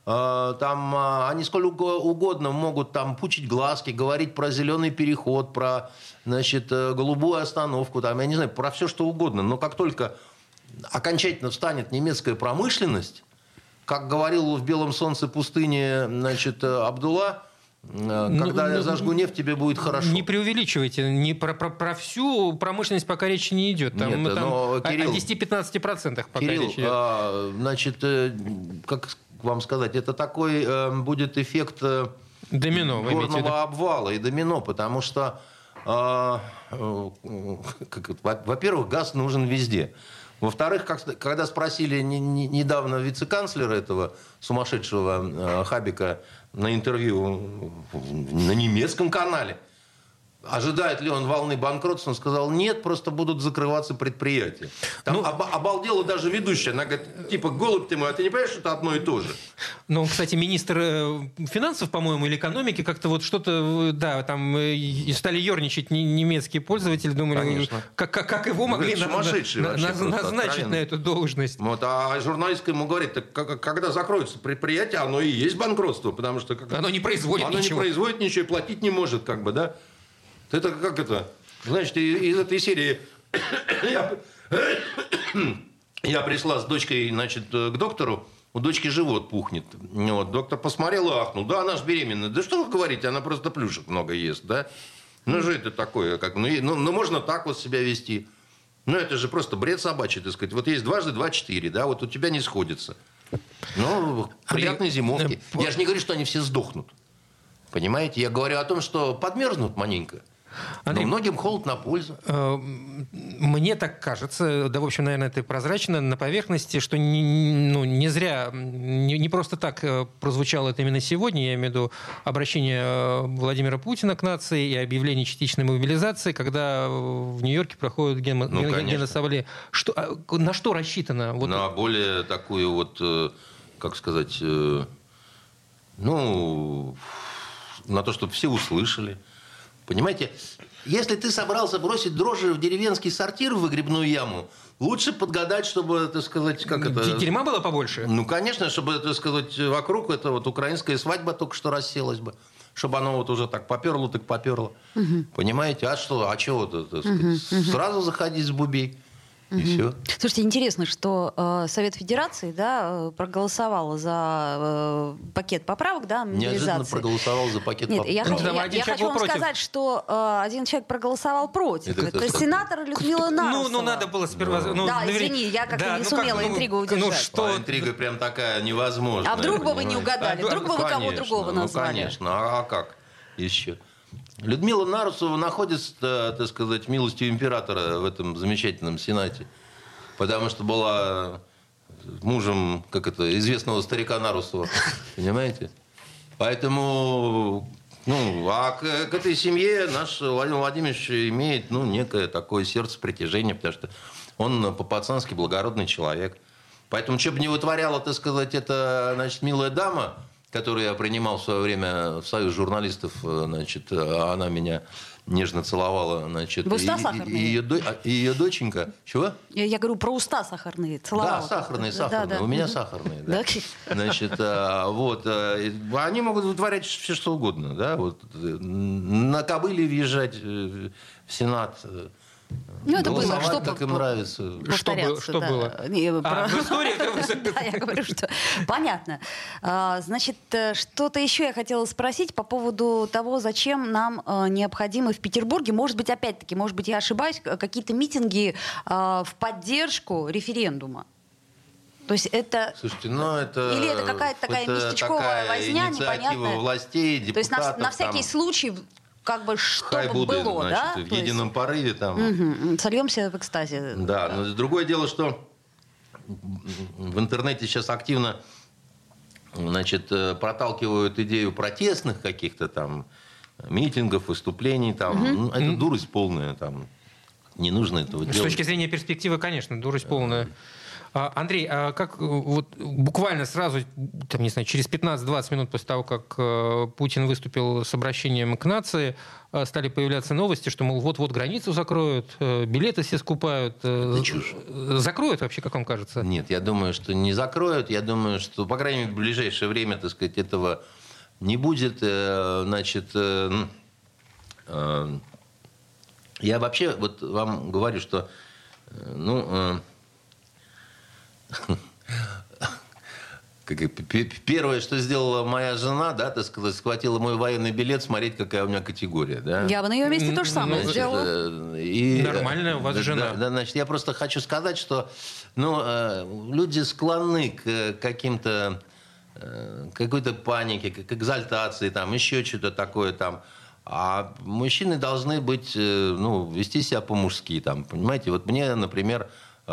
Speaker 4: там они сколько угодно могут там пучить глазки, говорить про зеленый переход, про, значит, голубую остановку, там, я не знаю, про все что угодно. Но как только окончательно встанет немецкая промышленность, как говорил в «Белом солнце пустыни», значит, Абдулла, когда ну, я зажгу нефть, тебе будет хорошо.
Speaker 3: Не преувеличивайте. Не про, про, про всю промышленность пока речи не идет. Там,
Speaker 4: Нет,
Speaker 3: там
Speaker 4: но, Кирилл,
Speaker 3: о десяти-пятнадцати процентах пока
Speaker 4: Кирилл,
Speaker 3: речь идет.
Speaker 4: А, значит, как вам сказать, это такой э, будет эффект э,
Speaker 3: домино,
Speaker 4: горного обвала и домино, потому что, э, э, как, во-первых, газ нужен везде. Во-вторых, как, когда спросили не, не, недавно вице-канцлера этого сумасшедшего э, Хабика на интервью на немецком канале, ожидает ли он волны банкротства, он сказал, нет, просто будут закрываться предприятия. Там ну, об, обалдела даже ведущая. Она говорит, типа, голубь ты мой, а ты не понимаешь, что это одно и то же?
Speaker 3: Ну, кстати, министр финансов, по-моему, или экономики, как-то вот что-то, да, там и стали ерничать немецкие пользователи, думали, как, как, как его могли на, на, на, назначить на эту должность.
Speaker 4: Вот, а журналистка ему говорит, так, когда закроется предприятие, оно и есть банкротство, потому что... Как,
Speaker 3: оно не производит
Speaker 4: оно
Speaker 3: ничего.
Speaker 4: Оно не производит ничего и платить не может, как бы, да? Это как это? Значит, из этой серии я, я пришла с дочкой, значит, к доктору, у дочки живот пухнет. Вот, доктор посмотрел и ахнул. Да, она же беременная. Да что вы говорите, она просто плюшек много ест, да? Ну же это такое, как, ну, ну, ну можно так вот себя вести. Ну это же просто бред собачий, так сказать. Вот есть дважды два четыре, да, вот у тебя не сходится. Ну, приятной зимовки. Я же не говорю, что они все сдохнут. Понимаете? Я говорю о том, что подмерзнут маленько. Андрей, но многим холод на пользу.
Speaker 3: Мне так кажется, да, в общем, наверное, это прозрачно на поверхности, что не, ну, не зря, не, не просто так прозвучало это именно сегодня, я имею в виду обращение Владимира Путина к нации и объявление частичной мобилизации, когда в Нью-Йорке проходит ген, ну, генассамблея. Что, на что рассчитано? Вот...
Speaker 4: На более такую вот, как сказать, ну, на то, чтобы все услышали. Понимаете, если ты собрался бросить дрожжи в деревенский сортир в выгребную яму, лучше подгадать, чтобы, так сказать, как это...
Speaker 3: Дерьма было побольше?
Speaker 4: Ну, конечно, чтобы, так сказать, вокруг это вот украинская свадьба только что расселась бы. Чтобы оно вот уже так поперло, так поперло. Угу. Понимаете? А что? А чего? Так сказать? Угу, угу. Сразу заходить с бубей. И угу. все.
Speaker 2: Слушайте, интересно, что э, Совет Федерации, да, проголосовал за э, пакет поправок, да, мобилизации.
Speaker 4: Неожиданно проголосовал за пакет
Speaker 2: Нет,
Speaker 4: поправок.
Speaker 2: Я,
Speaker 3: ну,
Speaker 2: я, я, я хочу вам
Speaker 3: против.
Speaker 2: сказать, что э, один человек проголосовал против. Это, это сенатор Людмила Нарусова.
Speaker 3: Ну, ну, надо было сперва...
Speaker 2: Ну,
Speaker 3: ну,
Speaker 2: да,
Speaker 3: навер...
Speaker 2: извини, я как-то
Speaker 3: да,
Speaker 2: не
Speaker 3: ну,
Speaker 2: сумела
Speaker 3: как, ну,
Speaker 2: интригу удержать.
Speaker 3: Ну, что...
Speaker 4: А интрига прям такая невозможная.
Speaker 2: А вдруг бы вы не угадали?
Speaker 3: А,
Speaker 2: вдруг бы вы
Speaker 4: конечно,
Speaker 2: кого другого назвали?
Speaker 4: Ну, конечно. А, а как еще? Людмила Нарусова находится, так сказать, милостью императора в этом замечательном сенате. Потому что была мужем, как это, известного старика Нарусова. Понимаете? Поэтому, ну, а к, к этой семье наш Владимир Владимирович имеет, ну, некое такое сердце притяжения, потому что он по-пацански благородный человек. Поэтому, что бы ни вытворяла, так сказать, эта, значит, милая дама, которую я принимал в свое время в союз журналистов, значит, она меня нежно целовала, значит,
Speaker 2: в уста
Speaker 4: и,
Speaker 2: сахарные?
Speaker 4: И, и, ее, и ее доченька. Чего?
Speaker 2: Я, я говорю про уста сахарные, целовала.
Speaker 4: Да, сахарные, сахарные.
Speaker 2: Да, да.
Speaker 4: У меня сахарные. Да. Значит, вот, они могут вытворять все, что угодно. Да? Вот, на кобыле въезжать в Сенат.
Speaker 2: Ну, это было, что
Speaker 4: как им нравится.
Speaker 3: Что, было? Что
Speaker 2: да.
Speaker 3: было?
Speaker 2: Не,
Speaker 3: а,
Speaker 2: про...
Speaker 3: в истории?
Speaker 2: Да, я говорю, что... Понятно. Значит, что-то еще я хотела спросить по поводу того, зачем нам необходимы в Петербурге, может быть, опять-таки, может быть, я ошибаюсь, какие-то митинги в поддержку референдума. То есть это...
Speaker 4: Слушайте, ну это...
Speaker 2: Или это какая-то такая
Speaker 4: это
Speaker 2: местечковая
Speaker 4: такая
Speaker 2: возня,
Speaker 4: инициатива
Speaker 2: непонятная?
Speaker 4: властей, депутатов.
Speaker 2: То есть на, на всякий
Speaker 4: там...
Speaker 2: случай... как бы чтобы
Speaker 4: Хайбуды,
Speaker 2: было,
Speaker 4: значит,
Speaker 2: да?
Speaker 4: в едином есть... порыве там.
Speaker 2: Угу. Сольемся в экстазе.
Speaker 4: Да, но другое дело, что в интернете сейчас активно, значит, проталкивают идею протестных каких-то там митингов, выступлений там. Угу. Ну, это дурость полная там. Не нужно этого
Speaker 3: С
Speaker 4: делать.
Speaker 3: С точки зрения перспективы, конечно, дурость полная. Андрей, а как вот буквально сразу, там, не знаю, через пятнадцать-двадцать минут после того, как э, Путин выступил с обращением к нации, э, стали появляться новости, что, мол, вот-вот границу закроют, э, билеты все скупают. Э, закроют вообще, как вам кажется?
Speaker 4: Нет, я думаю, что не закроют. Я думаю, что, по крайней мере, в ближайшее время, так сказать, этого не будет. Э, значит, э, э, я вообще вот вам говорю, что, э, ну... Э, Первое, что сделала моя жена, да, так сказать, схватила мой военный билет, смотреть, какая у меня категория. Да?
Speaker 2: Я бы на ее месте то же самое
Speaker 4: значит,
Speaker 2: сделала.
Speaker 3: И, Нормально, у вас
Speaker 4: да,
Speaker 3: жена.
Speaker 4: Да, значит, я просто хочу сказать, что ну, люди склонны к каким-то какой-то панике, к экзальтации, там, еще что-то такое там. А мужчины должны быть, ну, вести себя по-мужски, там, понимаете? Вот мне, например,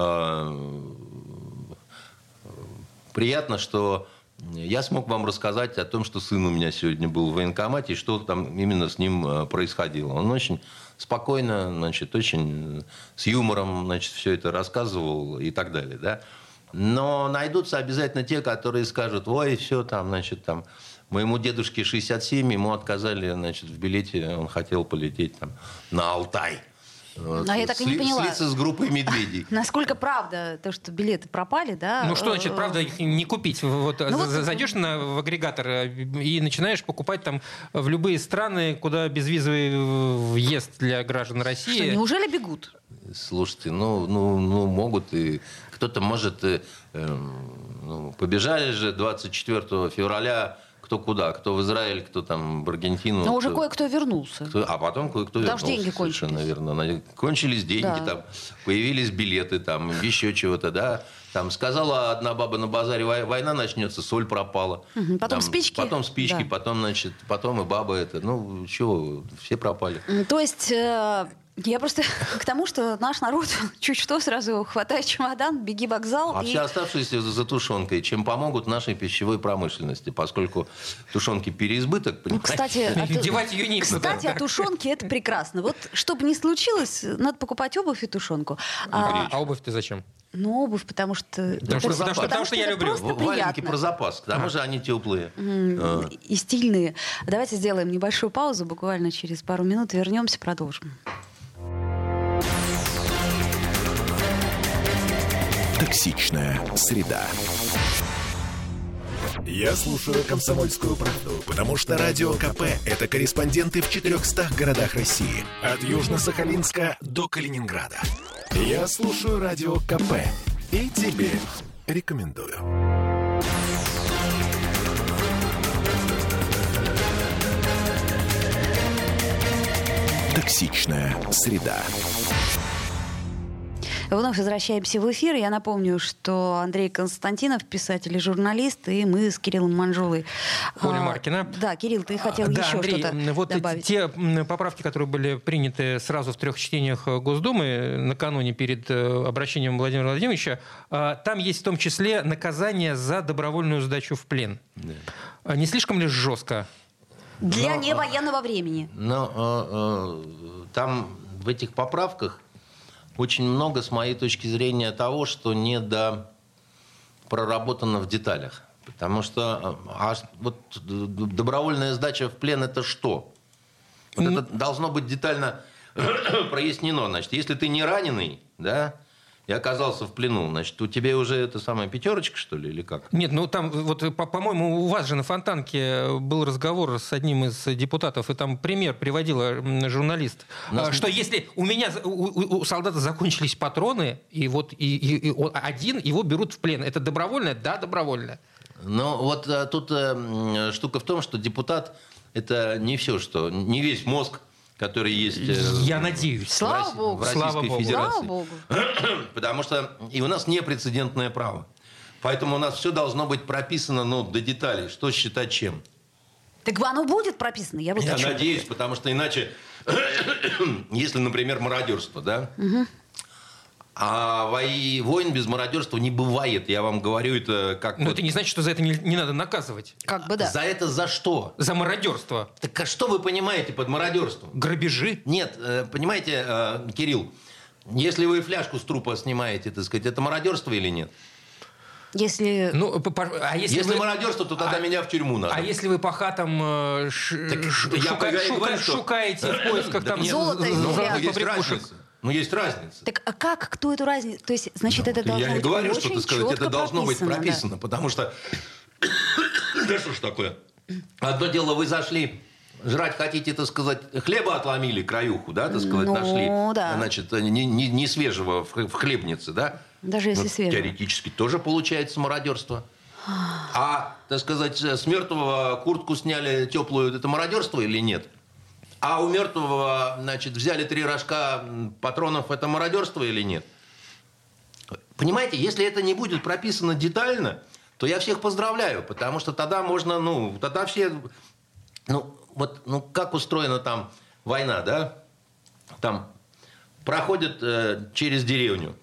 Speaker 4: приятно, что я смог вам рассказать о том, что сын у меня сегодня был в военкомате, и что там именно с ним происходило. Он очень спокойно, значит, очень с юмором, значит, все это рассказывал и так далее, да. Но найдутся обязательно те, которые скажут: ой, все там, значит, там, моему дедушке шестьдесят семь, ему отказали, значит, в билете, он хотел полететь там на Алтай. Вот.
Speaker 2: А я так и не поняла.
Speaker 4: Слиться с группой медведей.
Speaker 2: Насколько правда то, что билеты пропали, да?
Speaker 3: Ну что значит, правда, их не купить? Вот,
Speaker 2: ну, вот
Speaker 3: зайдешь на, в агрегатор и начинаешь покупать там в любые страны, куда безвизовый въезд для граждан России.
Speaker 2: Что, неужели бегут?
Speaker 4: Слушайте, ну, ну, ну могут и... Кто-то может... Э, э, ну, побежали же двадцать четвёртого февраля... Кто куда, кто в Израиль, кто там в Аргентину.
Speaker 2: Но уже
Speaker 4: кто,
Speaker 2: кое-кто вернулся.
Speaker 4: Кто, а потом кое-кто
Speaker 2: Потому
Speaker 4: вернулся.
Speaker 2: что деньги кончились.
Speaker 4: Наверное. Кончились деньги,
Speaker 2: да.
Speaker 4: там, появились билеты, там, еще чего-то, да. Там сказала одна баба на базаре: война начнется, соль пропала.
Speaker 2: Угу, потом
Speaker 4: там,
Speaker 2: спички.
Speaker 4: Потом спички,
Speaker 2: да.
Speaker 4: потом, значит, потом и баба это. Ну, чего, все пропали.
Speaker 2: То есть... Э- Я просто к тому, что наш народ чуть что сразу хватает чемодан, беги в вокзал.
Speaker 4: А
Speaker 2: и...
Speaker 4: все оставшиеся за тушенкой, чем помогут нашей пищевой промышленности, поскольку тушенки переизбыток.
Speaker 2: Ну, кстати,
Speaker 3: девать ее некуда.
Speaker 2: Кстати, о тушенке это прекрасно. Вот, чтобы не случилось, надо покупать обувь и тушенку.
Speaker 3: А, а обувь-то зачем?
Speaker 2: Ну, обувь, потому что...
Speaker 3: Потому, что, потому, что, потому что я люблю.
Speaker 4: Валенки про запас, к тому же они теплые.
Speaker 2: Mm, и стильные. Давайте сделаем небольшую паузу, буквально через пару минут вернемся, продолжим.
Speaker 1: Токсичная среда. Я слушаю «Комсомольскую правду», потому что Радио КП – это корреспонденты в четырехстах городах России. От Южно-Сахалинска до Калининграда. Я слушаю Радио КП и тебе рекомендую. Токсичная среда.
Speaker 2: Вновь возвращаемся в эфир. Я напомню, что Андрей Константинов, писатель и журналист, и мы с Кириллом Манжулой.
Speaker 3: Оля
Speaker 2: а,
Speaker 3: Маркина.
Speaker 2: Да, Кирилл, ты хотел
Speaker 3: да,
Speaker 2: еще
Speaker 3: Андрей,
Speaker 2: что-то
Speaker 3: вот
Speaker 2: добавить.
Speaker 3: Те поправки, которые были приняты сразу в трех чтениях Госдумы накануне перед обращением Владимира Владимировича, там есть в том числе наказание за добровольную сдачу в плен. Да. Не слишком ли жестко?
Speaker 2: Для
Speaker 4: но,
Speaker 2: невоенного времени.
Speaker 4: Но э, э, там в этих поправках очень много, с моей точки зрения, того, что не до проработано в деталях. Потому что а вот добровольная сдача в плен – это что? Вот mm. это должно быть детально прояснено. Значит, если ты не раненый, да, и оказался в плену, значит, у тебя уже это самая пятерочка, что ли, или как?
Speaker 3: Нет, ну там, вот, по- по-моему, у вас же на Фонтанке был разговор с одним из депутатов, и там пример приводила журналист, Нас... что если у меня, у, у, у солдата закончились патроны, и вот и, и, и он один, его берут в плен. Это добровольно? Да, добровольно.
Speaker 4: Ну, вот а, тут а, штука в том, что депутат – это не все, что, не весь мозг, который есть
Speaker 3: Я
Speaker 4: в,
Speaker 3: надеюсь.
Speaker 4: В,
Speaker 2: Слава
Speaker 4: России,
Speaker 2: Богу.
Speaker 4: в Российской
Speaker 3: Слава Богу.
Speaker 4: Федерации.
Speaker 2: Слава Богу.
Speaker 4: Потому что и у нас непрецедентное право. Поэтому у нас все должно быть прописано, ну, до деталей, что считать чем.
Speaker 2: Так оно будет прописано? Я, вот
Speaker 4: Я
Speaker 2: хочу.
Speaker 4: надеюсь, потому что иначе, если, например, мародерство, да,
Speaker 2: угу.
Speaker 4: а войн без мародерства не бывает, я вам говорю, это как...
Speaker 3: Но это не значит, что за это не, не надо наказывать.
Speaker 2: Как бы да.
Speaker 4: За это за что?
Speaker 3: За мародерство.
Speaker 4: Так а что вы понимаете под мародерством?
Speaker 3: Грабежи.
Speaker 4: Нет, понимаете, Кирилл, если вы фляжку с трупа снимаете, так сказать, это мародерство или нет?
Speaker 2: Если...
Speaker 3: Ну, а если,
Speaker 4: если
Speaker 3: вы...
Speaker 4: мародерство, то тогда а... меня в тюрьму надо.
Speaker 3: А если вы по хатам э, ш... шука...
Speaker 4: я
Speaker 3: шука...
Speaker 4: говорю, что...
Speaker 3: шукаете в поисках там
Speaker 2: золота и
Speaker 4: побрякушек? Ну, есть разница.
Speaker 2: Так а как, кто эту разницу? То есть, значит, ну, это должно
Speaker 4: я
Speaker 2: быть
Speaker 4: говорю,
Speaker 2: очень
Speaker 4: что, так сказать,
Speaker 2: четко
Speaker 4: это должно
Speaker 2: прописано,
Speaker 4: быть прописано,
Speaker 2: да.
Speaker 4: Потому что... Да что ж такое? Одно дело, вы зашли... Жрать хотите, так сказать, хлеба отломили, краюху, да, так сказать,
Speaker 2: ну,
Speaker 4: нашли,
Speaker 2: да.
Speaker 4: значит, не, не, не свежего в, в хлебнице, да?
Speaker 2: Даже если
Speaker 4: ну,
Speaker 2: свежего.
Speaker 4: Теоретически тоже получается мародерство. А, так сказать, с мертвого куртку сняли теплую, это мародерство или нет? А у мертвого, значит, взяли три рожка патронов, это мародерство или нет? Понимаете, если это не будет прописано детально, то я всех поздравляю, потому что тогда можно, ну, тогда все... Ну, вот, ну, как устроена там война, да? Там проходят э, через деревню.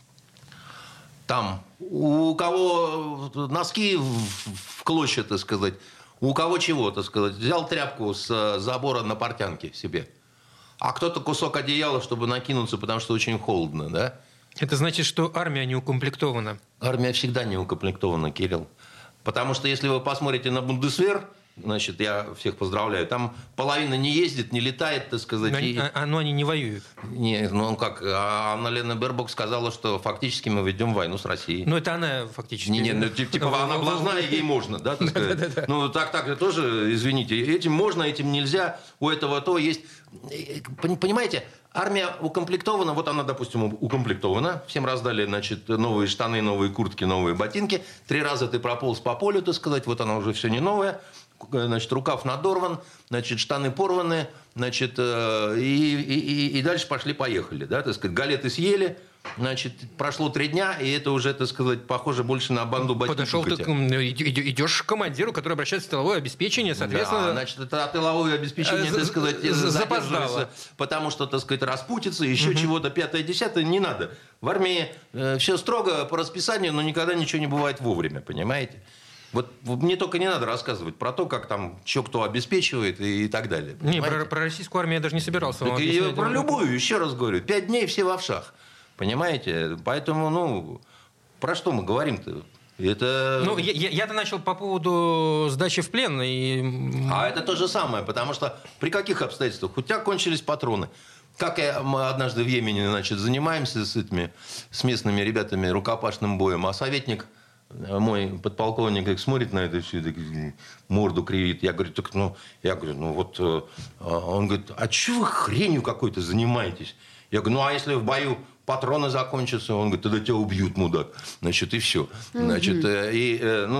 Speaker 4: Там у кого носки в, в клочья, так сказать, у кого чего, так сказать. Взял тряпку с забора на портянке себе. А кто-то кусок одеяла, чтобы накинуться, потому что очень холодно, да?
Speaker 3: Это значит, что армия не укомплектована.
Speaker 4: Армия всегда не укомплектована, Кирилл. Потому что если вы посмотрите на Бундесвер, значит, я всех поздравляю, там половина не ездит, не летает, так сказать.
Speaker 3: Но они,
Speaker 4: и...
Speaker 3: а, но они не воюют.
Speaker 4: Не, ну как, Анна-Лена Бербок сказала, что фактически мы ведем войну с Россией.
Speaker 3: Ну это она фактически.
Speaker 4: Не, не, ну, типа она блажная, ей можно, да, так сказать. Ну так, так, тоже, извините, этим можно, этим нельзя, у этого то есть. Понимаете, армия укомплектована, вот она, допустим, укомплектована, всем раздали, значит, новые штаны, новые куртки, новые ботинки, три раза ты прополз по полю, так сказать, вот она уже все не новая. Значит, рукав надорван, значит, штаны порваны, значит, э, и, и, и дальше пошли-поехали, да, так сказать, галеты съели, значит, прошло три дня, и это уже, так сказать, похоже больше на банду батьков.
Speaker 3: Подошел ты, идешь к командиру, который обращается в тыловое обеспечение, соответственно...
Speaker 4: Да, значит, это тыловое обеспечение, так сказать,
Speaker 3: запоздало.
Speaker 4: Потому что, так сказать, распутиться, еще угу. чего-то пятое-десятое не надо. В армии э, все строго по расписанию, но никогда ничего не бывает вовремя, понимаете? Вот мне только не надо рассказывать про то, как там что кто обеспечивает и, и так далее.
Speaker 3: Не, про, про российскую армию я даже не собирался.
Speaker 4: Так и про любую, еще раз говорю. Пять дней все в овшах. Понимаете? Поэтому, ну, про что мы говорим-то? Это...
Speaker 3: Ну, я, я, я-то начал по поводу сдачи в плен. И...
Speaker 4: А это то же самое, потому что при каких обстоятельствах? У тебя кончились патроны. Как я, мы однажды в Йемене, значит, занимаемся с этими, с местными ребятами рукопашным боем, а советник, мой подполковник, как смотрит на это все, так, морду кривит. Я говорю, так, ну, я говорю, ну вот, он говорит, а чего вы хренью какой-то занимаетесь? Я говорю, ну, а если в бою патроны закончатся? Он говорит, тогда тебя убьют, мудак. Значит, и все. Значит, mm-hmm. и, ну,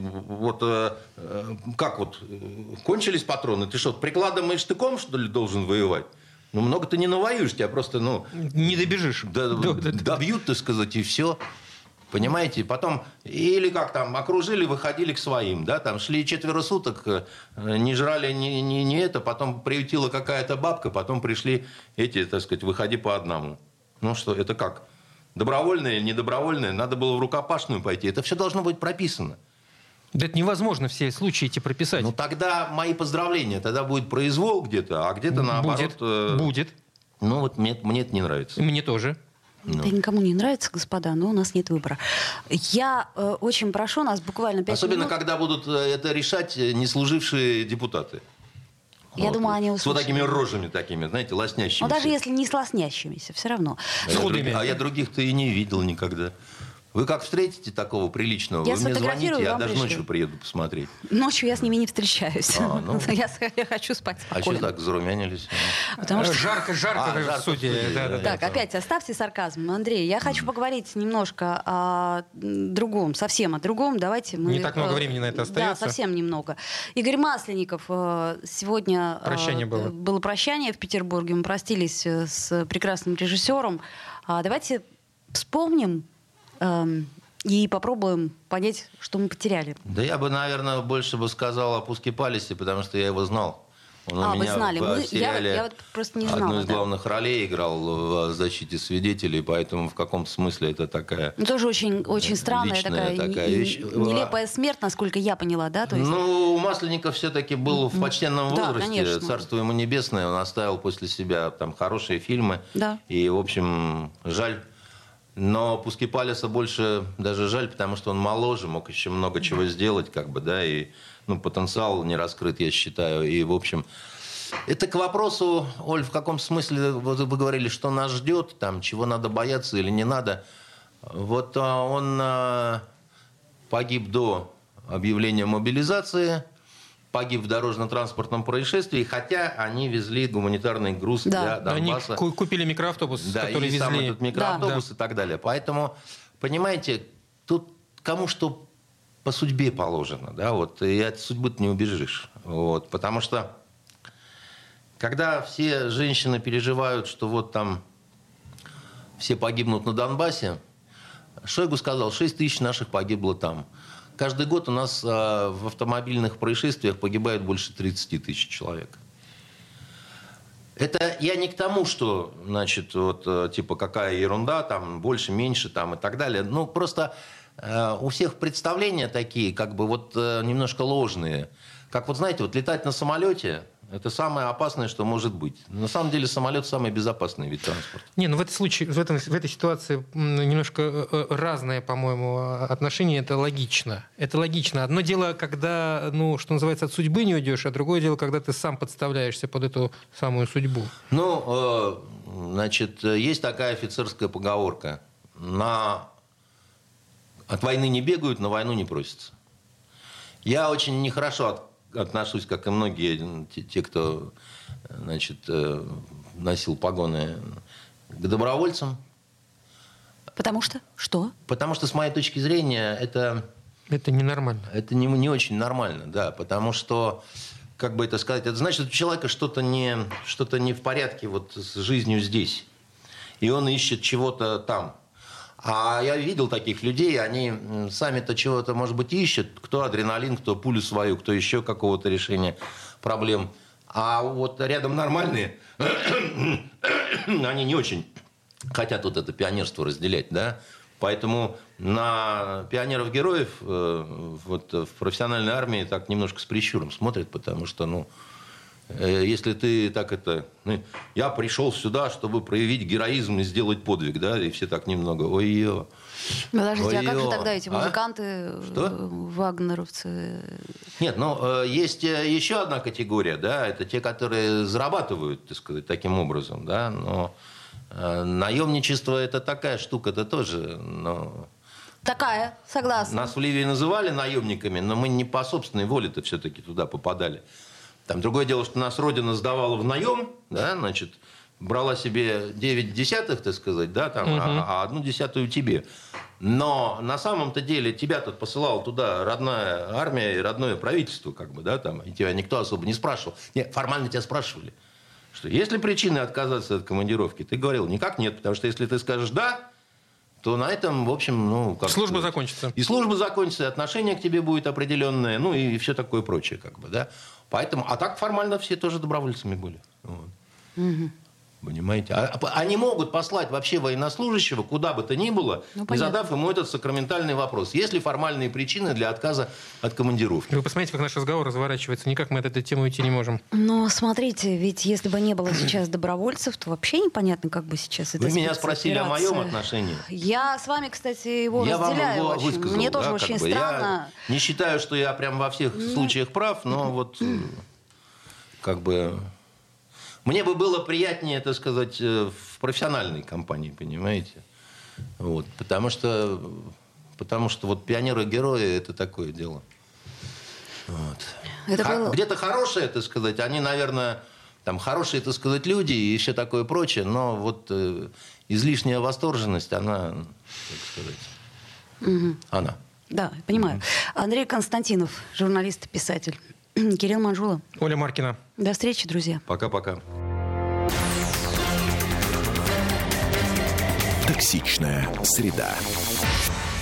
Speaker 4: вот, как вот, кончились патроны? Ты что, прикладом и штыком, что ли, должен воевать? Ну, много ты не навоюешь, тебя просто, ну...
Speaker 3: Не добежишь.
Speaker 4: Да, да, да, добьют, так сказать, и все. Понимаете? Потом, или как там, окружили, выходили к своим, да, там шли четверо суток, не жрали ни, ни, ни это, потом приютила какая-то бабка, потом пришли эти, так сказать, выходи по одному. Ну что, это как? Добровольное или недобровольное? Надо было в рукопашную пойти. Это все должно быть прописано.
Speaker 3: Да это невозможно все случаи эти прописать.
Speaker 4: Ну тогда мои поздравления. Тогда будет произвол где-то, а где-то наоборот...
Speaker 3: Будет, э... будет.
Speaker 4: Ну вот мне, мне это не нравится.
Speaker 3: Мне тоже.
Speaker 2: Ну. Это никому не нравится, господа, но у нас нет выбора. Я э, очень прошу нас буквально пять
Speaker 4: Особенно,
Speaker 2: минут.
Speaker 4: когда будут это решать не служившие депутаты.
Speaker 2: Я
Speaker 4: вот.
Speaker 2: думаю, они услышат.
Speaker 4: С вот такими рожами такими, знаете, лоснящимися.
Speaker 2: Но даже если не с лоснящимися, все равно.
Speaker 4: А я, друг... а я других-то и не видел никогда. Вы как встретите такого приличного,
Speaker 2: я
Speaker 4: вы мне звоните, я даже
Speaker 2: пришлю.
Speaker 4: Ночью приеду посмотреть.
Speaker 2: Ночью я с ними не встречаюсь.
Speaker 4: А, ну.
Speaker 2: я, я хочу спать спокойно.
Speaker 4: А что так зарумянились?
Speaker 3: Потому что... Жарко, жарко,
Speaker 4: а, жарко
Speaker 3: в суде.
Speaker 4: в суде.
Speaker 3: Да, да,
Speaker 2: так,
Speaker 3: да.
Speaker 2: опять оставьте сарказм. Андрей, я хочу поговорить немножко о другом, совсем о другом. Давайте мы...
Speaker 3: Не так много времени на это остается.
Speaker 2: Да, совсем немного. Игорь Масленников. Сегодня
Speaker 3: прощание было.
Speaker 2: было прощание в Петербурге. Мы простились с прекрасным режиссером. Давайте вспомним... И попробуем понять, что мы потеряли.
Speaker 4: Да я бы, наверное, больше бы сказал о Пуске Паллисе, потому что я его знал. Он
Speaker 2: а,
Speaker 4: у меня
Speaker 2: вы знали.
Speaker 4: в
Speaker 2: Мы,
Speaker 4: сериале
Speaker 2: я, я вот просто не знала.
Speaker 4: одну из
Speaker 2: да.
Speaker 4: главных ролей играл в «Защите свидетелей», поэтому в каком-то смысле это такая...
Speaker 2: Ну, тоже очень, очень странная такая,
Speaker 4: такая
Speaker 2: не,
Speaker 4: вещь.
Speaker 2: Нелепая смерть, насколько я поняла, да? То есть...
Speaker 4: Ну, Масленников все-таки был в почтенном
Speaker 2: да,
Speaker 4: возрасте.
Speaker 2: конечно.
Speaker 4: Царство ему небесное. Он оставил после себя там хорошие фильмы.
Speaker 2: Да.
Speaker 4: И, в общем, жаль. Но Пуске Паллиса больше даже жаль, потому что он моложе, мог еще много чего сделать, как бы, да, и ну, потенциал не раскрыт, я считаю. И, в общем, это к вопросу, Оль, в каком смысле вы говорили, что нас ждет, там, чего надо бояться или не надо. Вот он погиб до объявления мобилизации, погиб в дорожно-транспортном происшествии, хотя они везли гуманитарный груз
Speaker 2: да.
Speaker 4: для Донбасса.
Speaker 3: Они купили микроавтобус,
Speaker 4: да,
Speaker 3: который
Speaker 4: и
Speaker 3: везли...
Speaker 4: сам этот микроавтобус
Speaker 3: да.
Speaker 4: и так далее. Поэтому, понимаете, тут кому что по судьбе положено, да, вот, и от судьбы ты не убежишь. Вот, потому что, когда все женщины переживают, что вот там все погибнут на Донбассе, Шойгу сказал, шесть тысяч наших погибло там. Каждый год у нас э, в автомобильных происшествиях погибает больше тридцать тысяч человек. Это я не к тому, что, значит, вот, э, типа, какая ерунда, там, больше, меньше, там, и так далее. Ну, просто э, у всех представления такие, как бы, вот, э, немножко ложные. Как, вот, знаете, вот летать на самолете, это самое опасное, что может быть. На самом деле самолет самый безопасный вид транспорта.
Speaker 3: Не, ну в этой случае, в, этом, в этой ситуации немножко разное, по-моему, отношение. Это логично. Это логично. Одно дело, когда, ну, что называется, от судьбы не уйдешь, а другое дело, когда ты сам подставляешься под эту самую судьбу.
Speaker 4: Ну, э, значит, есть такая офицерская поговорка. На... От войны не бегают, на войну не просятся. Я очень нехорошо от отношусь, как и многие те, кто, значит, носил погоны, к добровольцам.
Speaker 2: Потому что? Что?
Speaker 4: Потому что, с моей точки зрения, это...
Speaker 3: Это ненормально.
Speaker 4: Это не, не очень нормально, да. Потому что, как бы это сказать, это значит, что у человека что-то не, что-то не в порядке вот с жизнью здесь. И он ищет чего-то там. А я видел таких людей, они сами-то чего-то, может быть, ищут. Кто адреналин, кто пулю свою, кто еще какого-то решения проблем. А вот рядом нормальные, они не очень хотят вот это пионерство разделять, да. Поэтому на пионеров-героев вот, в профессиональной армии так немножко с прищуром смотрят, потому что, ну, Если ты так это... Ну, я пришел сюда, чтобы проявить героизм и сделать подвиг, да, и все так немного, ой-ё.
Speaker 2: Подождите,
Speaker 4: ой-ё.
Speaker 2: а как же тогда эти музыканты,
Speaker 4: а? Что?
Speaker 2: вагнеровцы?
Speaker 4: Нет, ну, есть еще одна категория, да, это те, которые зарабатывают, так сказать, таким образом, да, но наемничество это такая штука, это тоже, но...
Speaker 2: Такая, согласна.
Speaker 4: Нас в Ливии называли наемниками, но мы не по собственной воле-то все-таки туда попадали. Там другое дело, что нас Родина сдавала в наем, да, значит, брала себе девять десятых, так сказать, да, там, угу. а, а одну десятую тебе. Но на самом-то деле тебя тут посылала туда родная армия и родное правительство, как бы, да, там, и тебя никто особо не спрашивал. Нет, формально тебя спрашивали, что есть ли причины отказаться от командировки? Ты говорил, никак нет, потому что если ты скажешь «да», то на этом, в общем, ну... Как
Speaker 3: служба сказать, закончится. И
Speaker 4: служба закончится, и отношение к тебе будет определенное, ну, и все такое прочее, как бы, да. Поэтому, а так формально все тоже добровольцами были. Вот. Угу. Понимаете? А, они могут послать вообще военнослужащего куда бы то ни было, ну, не задав ему этот сакраментальный вопрос. Есть ли формальные причины для отказа от командировки?
Speaker 3: Вы посмотрите, как наш разговор разворачивается. Никак мы от этой темы уйти не можем.
Speaker 2: Но смотрите, ведь если бы не было сейчас добровольцев, то вообще непонятно, как бы сейчас это...
Speaker 4: Вы меня спросили о моем отношении.
Speaker 2: Я с вами, кстати, его
Speaker 4: я
Speaker 2: разделяю.
Speaker 4: Вам его высказал,
Speaker 2: Мне
Speaker 4: да,
Speaker 2: тоже очень
Speaker 4: бы.
Speaker 2: странно.
Speaker 4: Я не считаю, что я прям во всех ну... случаях прав, но вот как бы... Мне бы было приятнее, так сказать, в профессиональной компании, понимаете? Вот. Потому что, потому что вот пионеры-герои – это такое дело. Вот. Это Х- было... Где-то хорошие, так сказать, они, наверное, там хорошие, так сказать, люди и все такое прочее, но вот э, излишняя восторженность, она, так сказать, угу. она.
Speaker 2: Да, понимаю. Угу. Андрей Константинов, журналист и писатель. Кирилл Манжула.
Speaker 3: Оля Маркина.
Speaker 2: До встречи, друзья.
Speaker 4: Пока-пока.
Speaker 1: Токсичная среда.